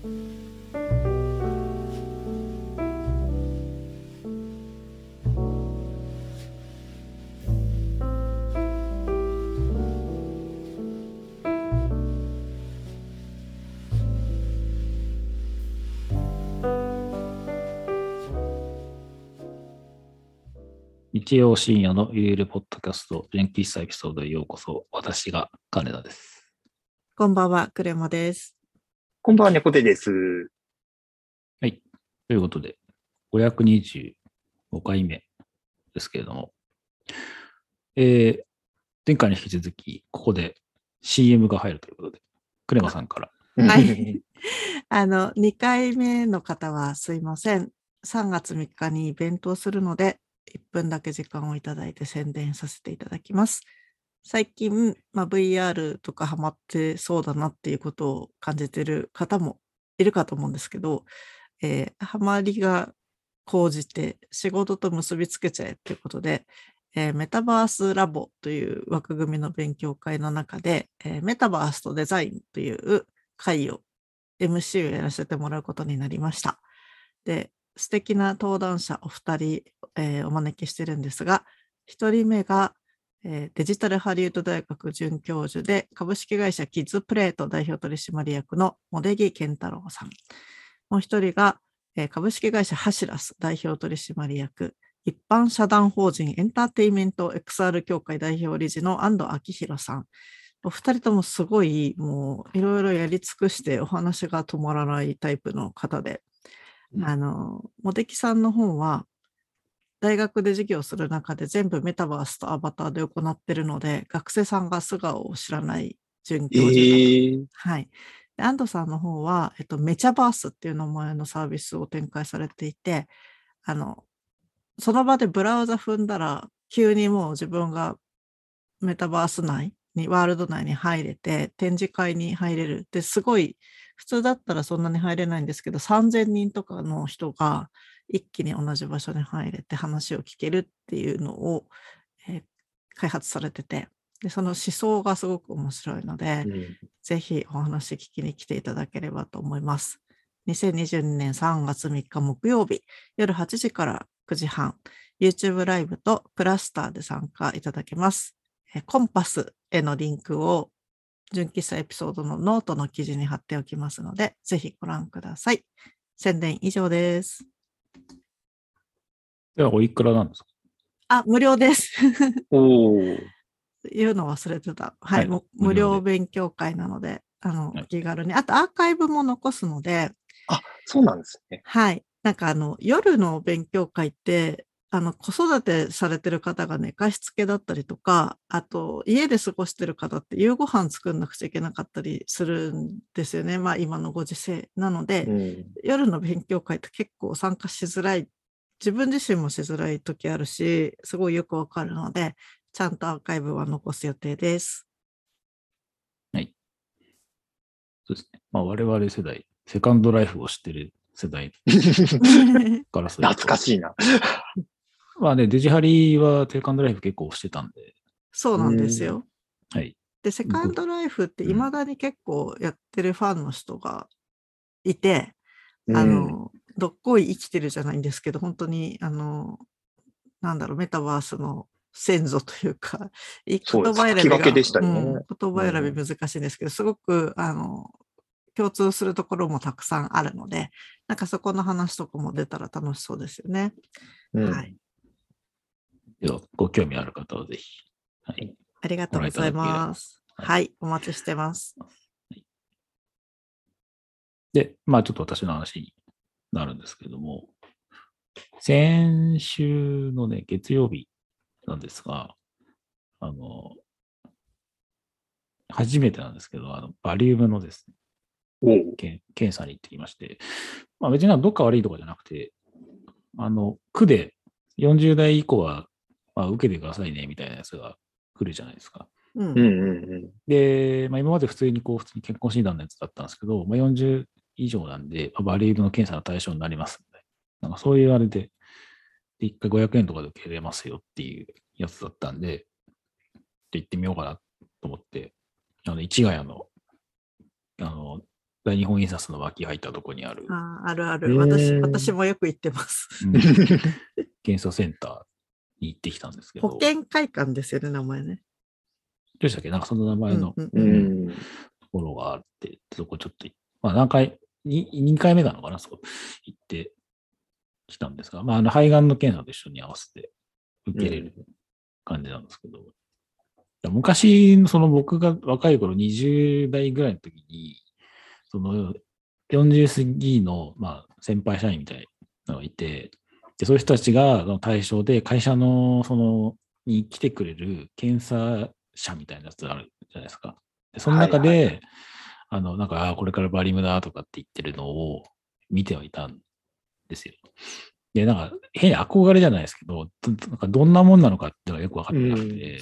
日曜深夜のゆるゆるポッドキャスト、純喫茶エピソードへようこそ。私が金田です。 こんばんは、クレモです。 こんばんは、猫背です。 はい。ということで、525回目ですけれども、前回に引き続き、ここで CM が入るということで、クレマさんから。 はい。2回目の方はすいません。3月3日にイベントをするので、1分だけ時間をいただいて宣伝させていただきます。最近、VR とかハマってそうだなっていうことを感じている方もいるかと思うんですけど、ハマりが高じて仕事と結びつけちゃえということで、メタバースラボという枠組みの勉強会の中で、メタバースとデザインという会を MC をやらせてもらうことになりました。で、素敵な登壇者お二人、お招きしてるんですが、一人目が、デジタルハリウッド大学准教授で株式会社キッズプレート代表取締役の茂出木健太郎さん。もう一人が、株式会社ハシラス代表取締役、一般社団法人エンターテイメント XR 協会代表理事の安藤昭弘さん。お二人ともすごいもういろいろやり尽くしてお話が止まらないタイプの方で、茂出木さんの方は大学で授業する中で全部メタバースとアバターで行っているので、学生さんが素顔を知らない准教授だと。はい。で安藤さんの方は、メチャバースっていう名前のサービスを展開されていて、その場でブラウザ踏んだら、急にもう自分がメタバース内に、ワールド内に入れて、展示会に入れる。で、すごい、普通だったらそんなに入れないんですけど、3000人とかの人が一気に同じ場所に入れて話を聞けるっていうのを、開発されてて、で、その思想がすごく面白いので、ぜひお話聞きに来ていただければと思います。2022年3月3日木曜日、夜8時から9時半、YouTube ライブとクラスターで参加いただけます。コンパスへのリンクを純喫茶エピソードのノートの記事に貼っておきますので、ぜひご覧ください。宣伝以上です。 では、おいくらなんですか？ 無料です。 おー。 言うの忘れてた。はい、無料勉強会なので、気軽に。あとアーカイブも残すので。 あ、そうなんですね。 はい。なんか夜の勉強会って、子育てされてる方が寝かしつけだったりとか、あと家で過ごしてる方って夕ご飯作んなくちゃいけなかったりするんですよね。今のご時世なので、夜の勉強会って結構参加しづらい、自分自身もしづらい時あるし、すごいよくわかるので、ちゃんとアーカイブは残す予定です。 はい。そうですね。我々世代、セカンドライフを知ってる世代からすると。 懐かしいな。 デジハリはセカンドライフ結構してたんで。 そうなんですよ。 はい。 で、セカンドライフって未だに結構やってるファンの人がいて、どっこい生きてるじゃないんですけど、本当に、メタバースの先祖というか、言葉選びが、言葉選び難しいんですけど、すごく、共通するところもたくさんあるので、なんかそこの話とかも出たら楽しそうですよね。はい。 では、ご興味ある方はぜひ。はい。 ありがとうございます。はい、お待ちしてます。 で、ちょっと私の話になるんですけども、先週のね、月曜日なんですが、初めてなんですけど、バリウムのですね、検査に行ってきまして、別にどっか悪いとかじゃなくて、区で40代以降は、受けてくださいね、みたいなやつが来るじゃないですか。で、今まで普通に健康診断のやつだったんですけど、40以上なんで、バリウムの検査の対象になりますので、なんかそういうあれで、1回500円とかで受けれますよっていうやつだったんで、行ってみようかなと思って、市ヶ谷の、 大日本印刷の脇入ったとこにある。 あるある。私もよく行ってます。 検査センターに行ってきたんですけど。 保険会館ですよね、名前ね。 どうしたっけなんかその名前のところがあって、そこちょっと、まあ2回目なのかな、そう行ってきたんですが、まあ肺がんの検査と一緒に合わせて受けれる感じなんですけど、昔、その僕が若い頃20代ぐらいの時に、その40過ぎの、まあ、先輩社員みたいなのがいて、でそういう人たちが対象で会社のに来てくれる検査者みたいなやつあるじゃないですか。でその中で、なんか、これからバリムだとかって言ってるのを見てはいたんですよ。で、なんか、変に憧れじゃないですけど、なんかどんなもんなのかっていうのがよくわかってなくて、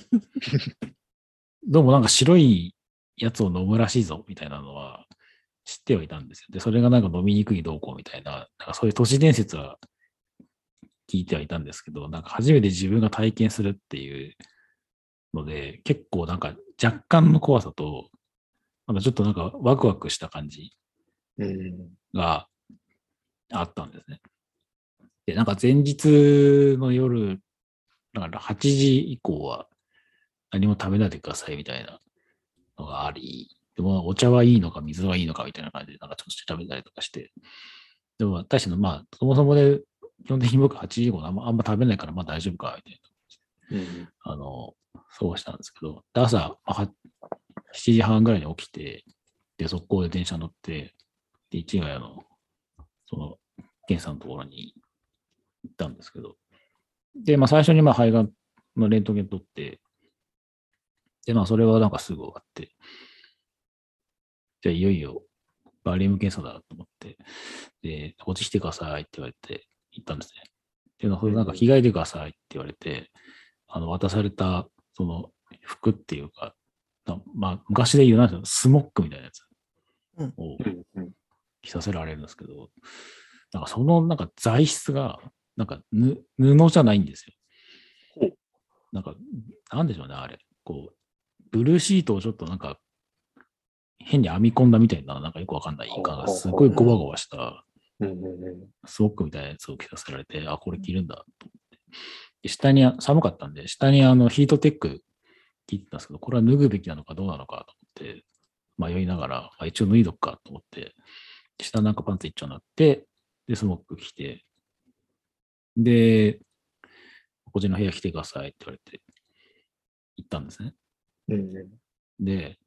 どうもなんか白いやつを飲むらしいぞみたいなのは知ってはいたんですよ。で、それがなんか飲みにくいどうこうみたいな、なんかそういう都市伝説は聞いてはいたんですけど、なんか初めて自分が体験するっていうので、結構なんか若干の怖さと、なんかちょっとなんかワクワクした感じがあったんですね。で、なんか前日の夜、だから8時以降は何も食べないでくださいみたいなのがあり、でもお茶はいいのか水はいいのかみたいな感じでなんかちょっと食べたりとかして、でも確かにまあそもそもで基本的に僕8時以降あんま食べないからまあ大丈夫かみたいな、そうしたんですけど、で朝7時半ぐらいに起きて、で速攻で電車乗って、で市ヶ谷のその検査のところに行ったんですけど、で、まあ最初にまあ肺がんのレントゲン取って、で、まあそれはなんかすぐ終わって、じゃあいよいよバリウム検査だと思って、で、こっち来てくださいって言われて行ったんですね。で、なんか着替えてくださいって言われて、渡されたその服っていうか、まあ昔で言うなんていうのスモックみたいなやつを着させられるんですけど、なんかそのなんか材質がなんか布じゃないんですよ。なんか、なんでしょうね、あれ。こう、ブルーシートをちょっとなんか、変に編み込んだみたいな、なんかよくわかんない感がすごいゴワゴワしたスモックみたいなやつを着させられて、あ、これ着るんだと思って。で下に、寒かったんで、下にヒートテック着てたんですけど、これは脱ぐべきなのかどうなのかと思って、迷いながら、一応脱いどくかと思って、下なんかパンツ一丁になって、で、スモック着て、で、こっちの部屋来てくださいって言われて、行ったんですね。で、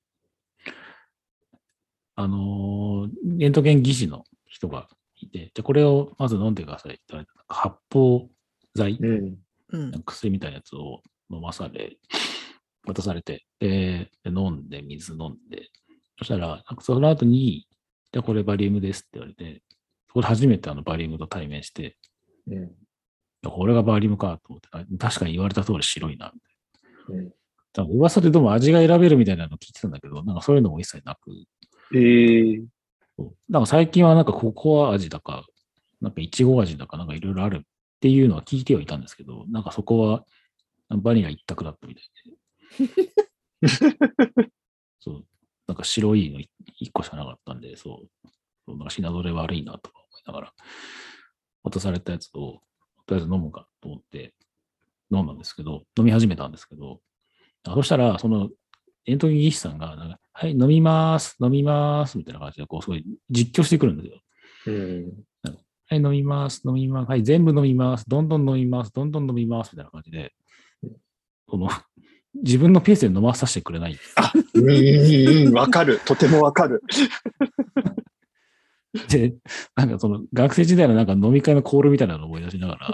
レントゲン技師の人がいて、じゃこれをまず飲んでくださいって言われて、発泡剤、薬みたいなやつを飲まされ、渡されて、で飲んで、水飲んで、そしたら、なんかその後に、じゃこれバリウムですって言われて、そこで初めてバリウムと対面して、これがバリウムかと思って、確かに言われた通り白いな、みたいな。噂でどうも味が選べるみたいなの聞いてたんだけど、なんかそういうのも一切なく。なんか最近はなんかココア味だか、なんかイチゴ味だかなんかいろいろあるっていうのは聞いてはいたんですけど、なんかそこはバニラ一択だったみたいで。そう。なんか白いの一個しかなかったんで、なんか品取れ悪いなとか思いながら、渡されたやつを、とりあえず飲むかと思って飲んだんですけど、飲み始めたんですけど、そしたら、その、エントリー技師さんが、なんか、はい、飲みます、みたいな感じで、こう、すごい実況してくるんですよ。はい、飲みます、はい、全部飲みます、どんどん飲みます、どんどん飲みます、みたいな感じで、自分のペースで飲まさせてくれない。 わかる。とてもわかる。 で、なんかその学生時代のなんか飲み会のコールみたいなのを思い出しながら。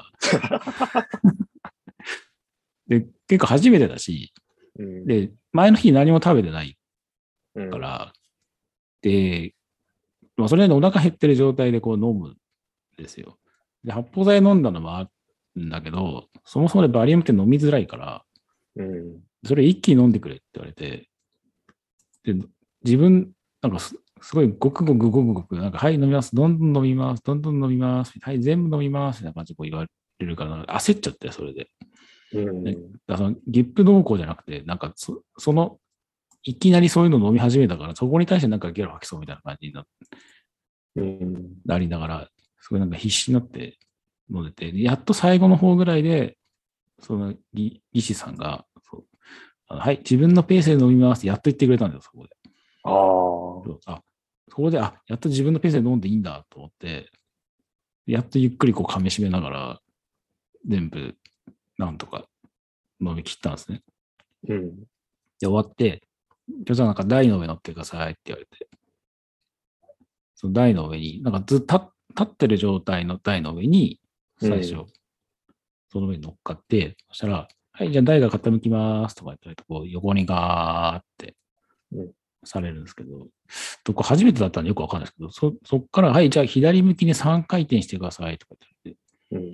で、結構初めてだし、で、前の日何も食べてないから、で、まあ、それでお腹減ってる状態でこう飲むんですよ。で、発泡剤飲んだのもあるんだけど、そもそもでバリウムって飲みづらいから、それ一気に飲んでくれって言われて、で、自分、なんかすごいごくごくごくごく、なんか、はい、飲みます、どんどん飲みます、どんどん飲みます、はい、全部飲みます、みたいな感じでこう言われるから、焦っちゃって、それで。だからゲップ動向じゃなくて、なんかそのいきなりそういうの飲み始めたから、そこに対してなんかゲロ吐きそうみたいな感じになりながら、すごいなんか必死になって飲んでて、やっと最後の方ぐらいで、その技師さんが、はい、自分のペースで飲みますってやっと言ってくれたんですよ、そこで。そこで、やっと自分のペースで飲んでいいんだと思って、やっとゆっくりこう噛み締めながら、全部、なんとか飲み切ったんですね。で、終わって、ちょっとなんか台の上乗ってくださいって言われて、その台の上に、なんかずっと立ってる状態の台の上に、最初、その上に乗っかって、そしたら、はい、じゃあ台が傾きますとか言って、こう横にガーってされるんですけど、こ初めてだったんでよくわかんないですけど、そっから、はい、じゃあ左向きに3回転してくださいとか言って、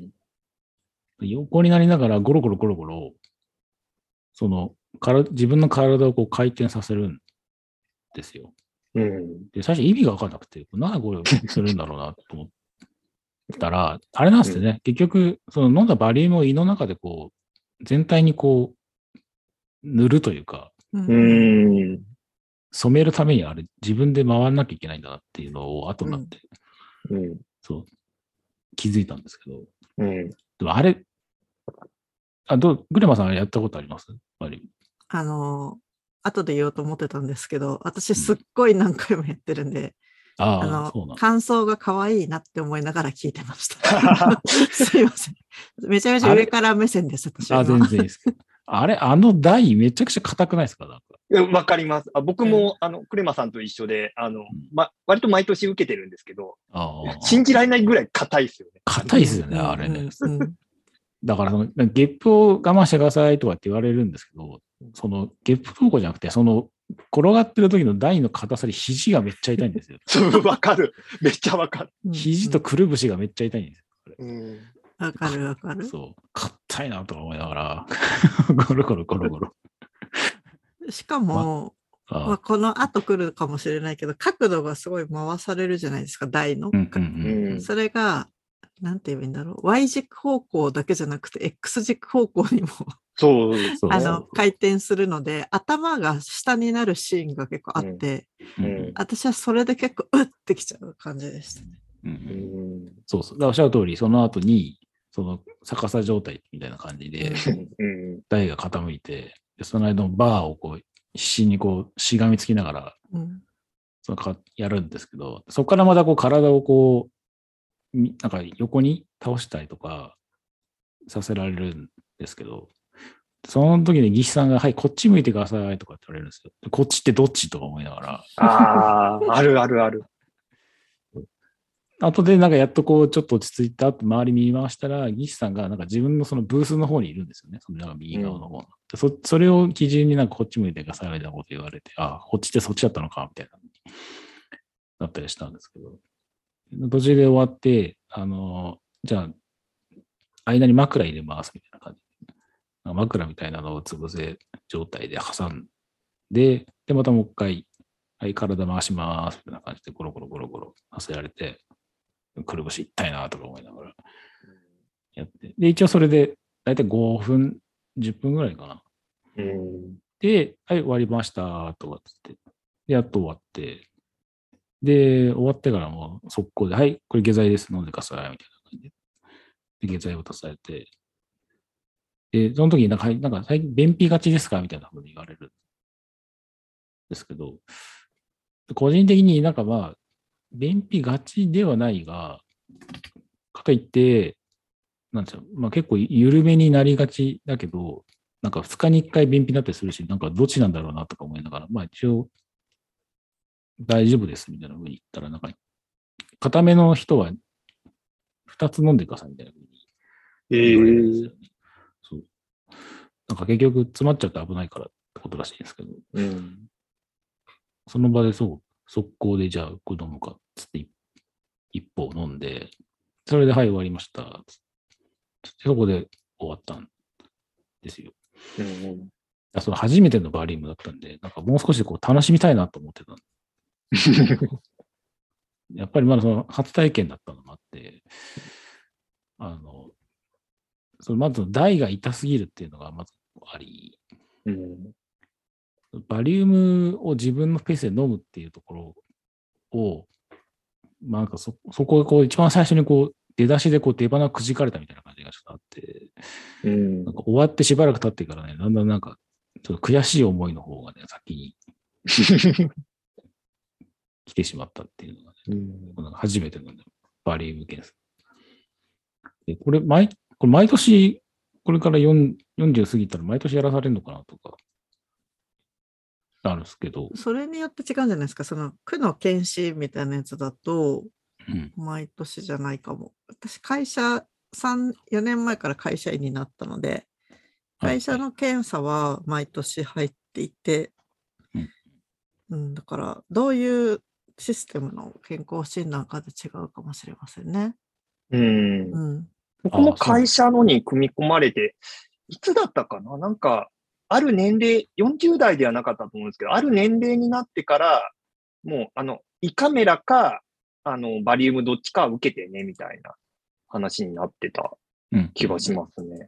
横になりながらゴロゴロゴロゴロ、その、自分の体をこう回転させるんですよ。で、最初意味がわかんなくて、なんでこれするんだろうなと思ったら、あれなんですね、結局、その飲んだバリウムを胃の中でこう、全体にこう、塗るというか、染めるためにあれ自分で回んなきゃいけないんだなっていうのを後になって、そう気づいたんですけど、でもあれ、グレマさんやったことあります？ 後で言おうと思ってたんですけど、私すっごい何回もやってるんで、感想が可愛いなって思いながら聞いてました。すいません。めちゃめちゃ上から目線です、私は。 全然いいですけど。台めちゃくちゃ硬くないですか？ わかります。僕も、クレマさんと一緒で、割と毎年受けてるんですけど、信じられないぐらい硬いですよね。 硬いですよね、あれね。だから、ゲップを我慢してくださいとかって言われるんですけど、そのゲップ投稿じゃなくて、その転がってる時の台の硬さで肘がめっちゃ痛いんですよ。 わかる。めっちゃわかる。 肘とくるぶしがめっちゃ痛いんですよ。 わかるわかる。 そう。硬いなとか思いながら、ゴロゴロゴロゴロ。 しかも、この後来るかもしれないけど、角度がすごい回されるじゃないですか、台の。それが、なんて言えばいいんだろう。Y 軸方向だけじゃなくて、X 軸方向にも回転するので、頭が下になるシーンが結構あって、私はそれで結構、うってきちゃう感じでしたね。 そうそう。おっしゃる通り、その後に、その逆さ状態みたいな感じで、台が傾いて、その間のバーをこう、必死にこう、しがみつきながら、やるんですけど、そこからまたこう、体をこう、なんか横に倒したりとかさせられるんですけど、その時に技師さんが、はい、こっち向いてくださいとかって言われるんですよ。こっちってどっちとか思いながら。 あるあるある。 後でなんかやっとこう、ちょっと落ち着いたって周り見回したら、技師さんがなんか自分のそのブースの方にいるんですよね。そのなんか右側の方、それを基準になんかこっち向いてくださいみたいなこと言われて、こっちってそっちだったのかみたいな、だったりしたんですけど。途中で終わって、じゃあ、間に枕入れますみたいな感じで。枕みたいなのをつぶせ状態で挟んで、またもう一回、はい、体回しますみたいな感じでゴロゴロゴロゴロさせられて、くるぶし痛いなとか思いながらやって。で、一応それで、だいたい5分、10分ぐらいかな。で、はい、終わりましたとかつって。で、やっと終わって、で、終わってからも速攻で、はい、これ下剤です、飲んでください、みたいな感じで。で、下剤を渡されて、で、その時になんか最近便秘がちですかみたいなこと言われるんですけど、個人的になんか便秘がちではないが、かといって、なんですよ、結構緩めになりがちだけど、なんか2日に1回便秘だったりするし、なんかどっちなんだろうなとか思いながら、一応、大丈夫ですみたいな風に言ったら、なんか、固めの人は2つ飲んでくださいみたいな風に言われるんですよね。そうなんか結局詰まっちゃって危ないからってことらしいんですけど、その場で速攻でじゃあこれ飲むかっつって一方飲んで、それではい終わりました。そこで終わったんですよ。その初めてのバリウムだったんで、なんかもう少しこう楽しみたいなと思ってた。やっぱりまだその初体験だったのもあって、そのまず台が痛すぎるっていうのがまずあり、 バリウムを自分のペースで飲むっていうところを、なんかそこがこう一番最初にこう出だしでこう出花くじかれたみたいな感じがちょっとあって、なんか終わってしばらく経ってからね、だんだんなんかちょっと悔しい思いの方がね、先に来てしまったっていうのがね、なんか初めての、ね、バリウム検査。で、これ毎年、これから40過ぎたら毎年やらされるのかなとか、あるんですけど。 それによって違うんじゃないですか。その区の検診みたいなやつだと、毎年じゃないかも。私、会社4年前から会社員になったので、会社の検査は毎年入っていて、だから、どういうシステムの健康診断かで違うかもしれませんね。 僕も会社のに組み込まれて、いつだったかな、なんか、ある年齢、40代ではなかったと思うんですけど、ある年齢になってから、もう、胃カメラか、バリウムどっちか受けてね、みたいな話になってた気がしますね。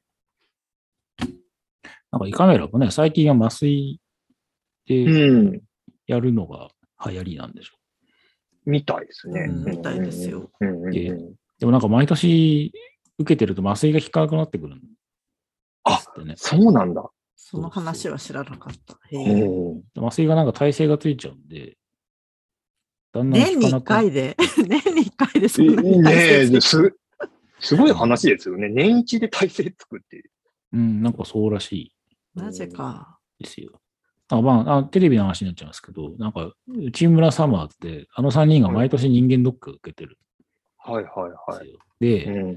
なんか胃カメラもね、最近は麻酔でやるのが流行りなんでしょう。みたいですね。 みたいですよ。 でもなんか毎年受けてると麻酔が効かなくなってくるんですってね。 そうなんだ。 その話は知らなかった。 麻酔がなんか耐性がついちゃうんで、だんだん年に1回で年に1回でそんなに耐性つく。すごい話ですよね。年一で耐性つくっていう。 なんかそうらしい。 なぜか。 ですよ。テレビの話になっちゃいますけど、なんか、内村サマーって、3人が毎年人間ドック受けてる。で、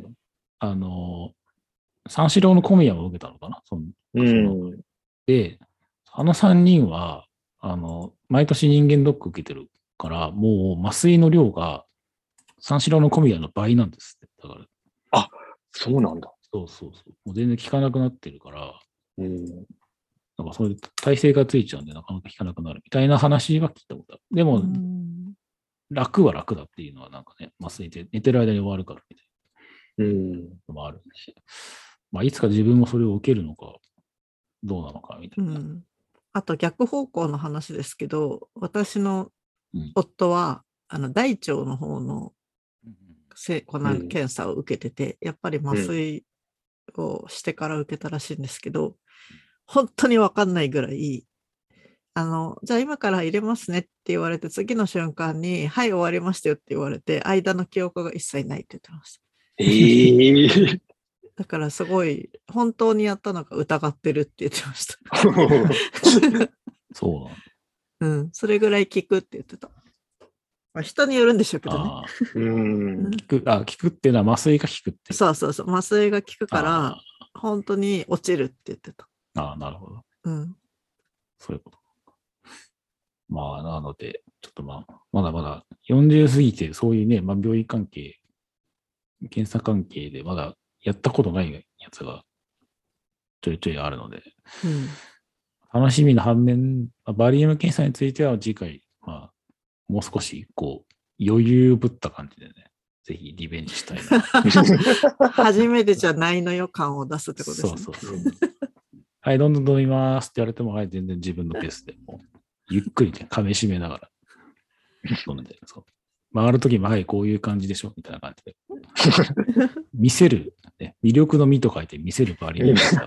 三四郎の小宮も受けたのかなで、3人は、毎年人間ドック受けてるから、もう麻酔の量が三四郎の小宮の倍なんですって。だから。 あ、そうなんだ。 そう。もう全然効かなくなってるから、なんかそういう耐性がついちゃうんで、なかなか効かなくなるみたいな話は聞いたことある。でも、楽は楽だっていうのはなんかね、麻酔で寝てる間に終わるからみたいなのもあるんですよ。いつか自分もそれを受けるのか、どうなのかみたいな。 あと逆方向の話ですけど、私の夫は、大腸の方のこの検査を受けてて、やっぱり麻酔をしてから受けたらしいんですけど、本当に分かんないぐらい、じゃあ今から入れますねって言われて、次の瞬間に、はい、終わりましたよって言われて、間の記憶が一切ないって言ってました。だからすごい、本当にやったのか疑ってるって言ってました。 そうなん。それぐらい効くって言ってた。人によるんでしょうけどね。 効くっていうのは麻酔が効くってそう。麻酔が効くから、本当に落ちるって言ってた。 なるほど。そういうこと。なので、ちょっとまだまだ40過ぎて、そういうね、病院関係、検査関係でまだやったことないやつがちょいちょいあるので、楽しみな反面、バリウム検査については次回、もう少し余裕ぶった感じでね、ぜひリベンジしたいな。 初めてじゃないのよ感を出すってことですね。 そう。はい、どんどん飲みますって言われても、はい、全然自分のペースでもうゆっくりね、噛み締めながら飲んで、回るときも、はい、こういう感じでしょみたいな感じで。見せる、ね、魅力の見と書いて見せるバリウムですから。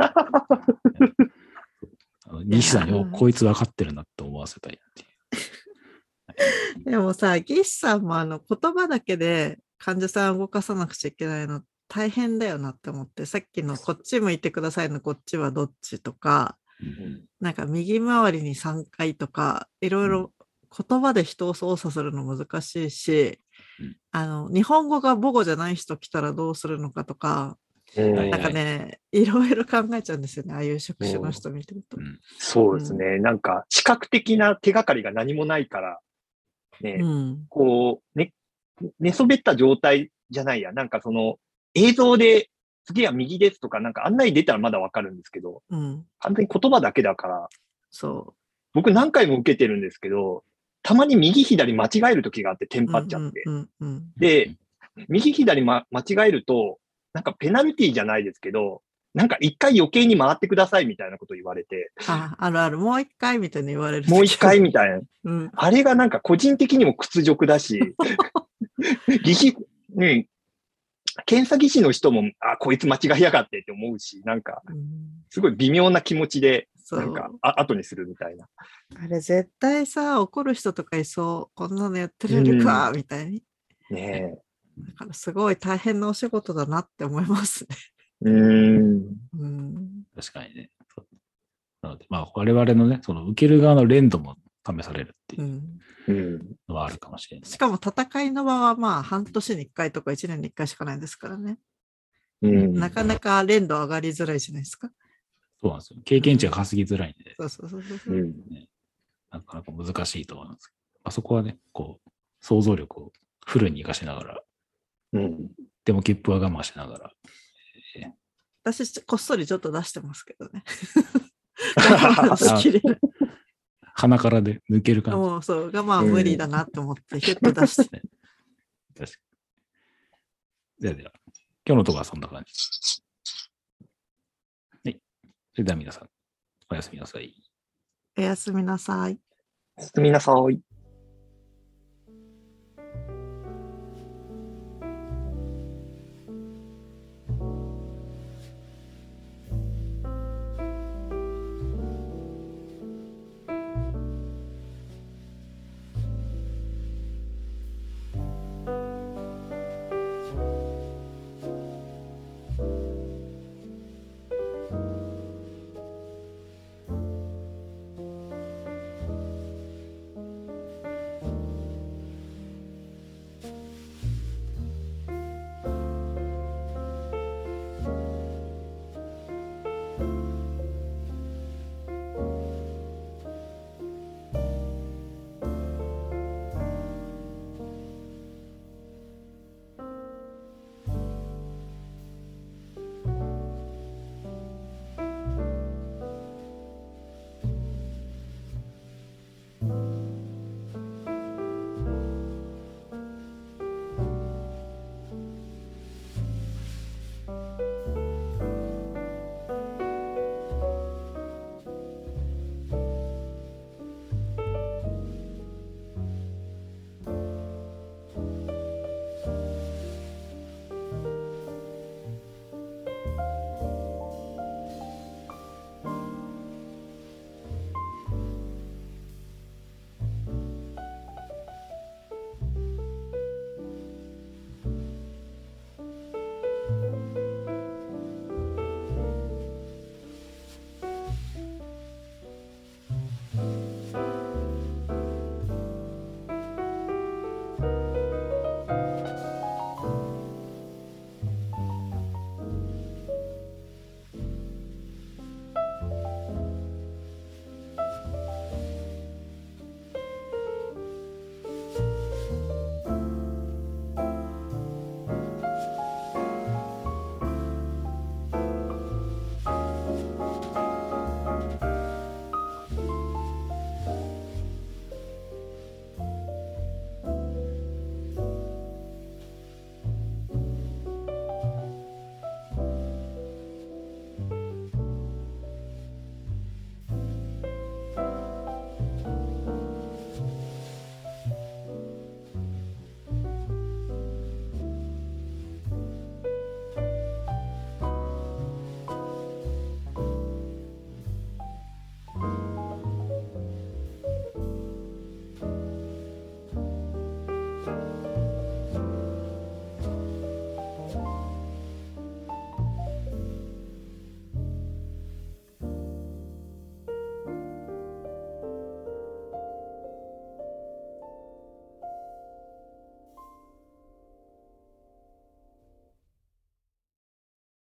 西さんよ、こいつ分かってるなって思わせたいっていう。 でもさ、岸さんも言葉だけで患者さんを動かさなくちゃいけないの大変だよなって思って、さっきのこっち向いてくださいのこっちはどっちとか、なんか右回りに3回とか、いろいろ言葉で人を操作するの難しいし、日本語が母語じゃない人来たらどうするのかとか、なんかね、いろいろ考えちゃうんですよね、ああいう職種の人見てると。 そうですね、なんか視覚的な手がかりが何もないから、ね、寝そべった状態じゃないや、なんかその映像で次は右ですとか、なんか案内出たらまだわかるんですけど、完全に言葉だけだから、僕何回も受けてるんですけど、たまに右左間違える時があってテンパっちゃって。で、右左間違えると、なんかペナルティじゃないですけど、 なんか一回余計に回ってくださいみたいなこと言われて。 あるある、もう一回みたいに言われる。 もう一回みたいな。 うん、 あれがなんか個人的にも屈辱だし、検査技師の人も、こいつ間違いやがってって思うし、なんか、すごい微妙な気持ちで、なんか、後にするみたいな。 あれ絶対さ、怒る人とかいそう。こんなのやってられるか、みたいに。 ねえ。 だからすごい大変なお仕事だなって思いますね。 確かにね。なので、まあ、我々のね、その受ける側の連動も試されるっていうのはあるかもしれない。 しかも戦いの場はまあ半年に1回とか1年に1回しかないですからね。なかなか連動上がりづらいじゃないですか。 そうなんですよ。経験値が稼ぎづらいんで、なかなか難しいと思います。そこはね、こう、想像力をフルに活かしながら、でも切符は我慢しながら。 私、こっそりちょっと出してますけどね。 鼻からで抜ける感じ。 もうそう、我慢無理だなと思って、ヒュッと出して。 確かに。では、今日のところはそんな感じ。はい。それでは皆さん、おやすみなさい。 おやすみなさい。 おやすみなさい。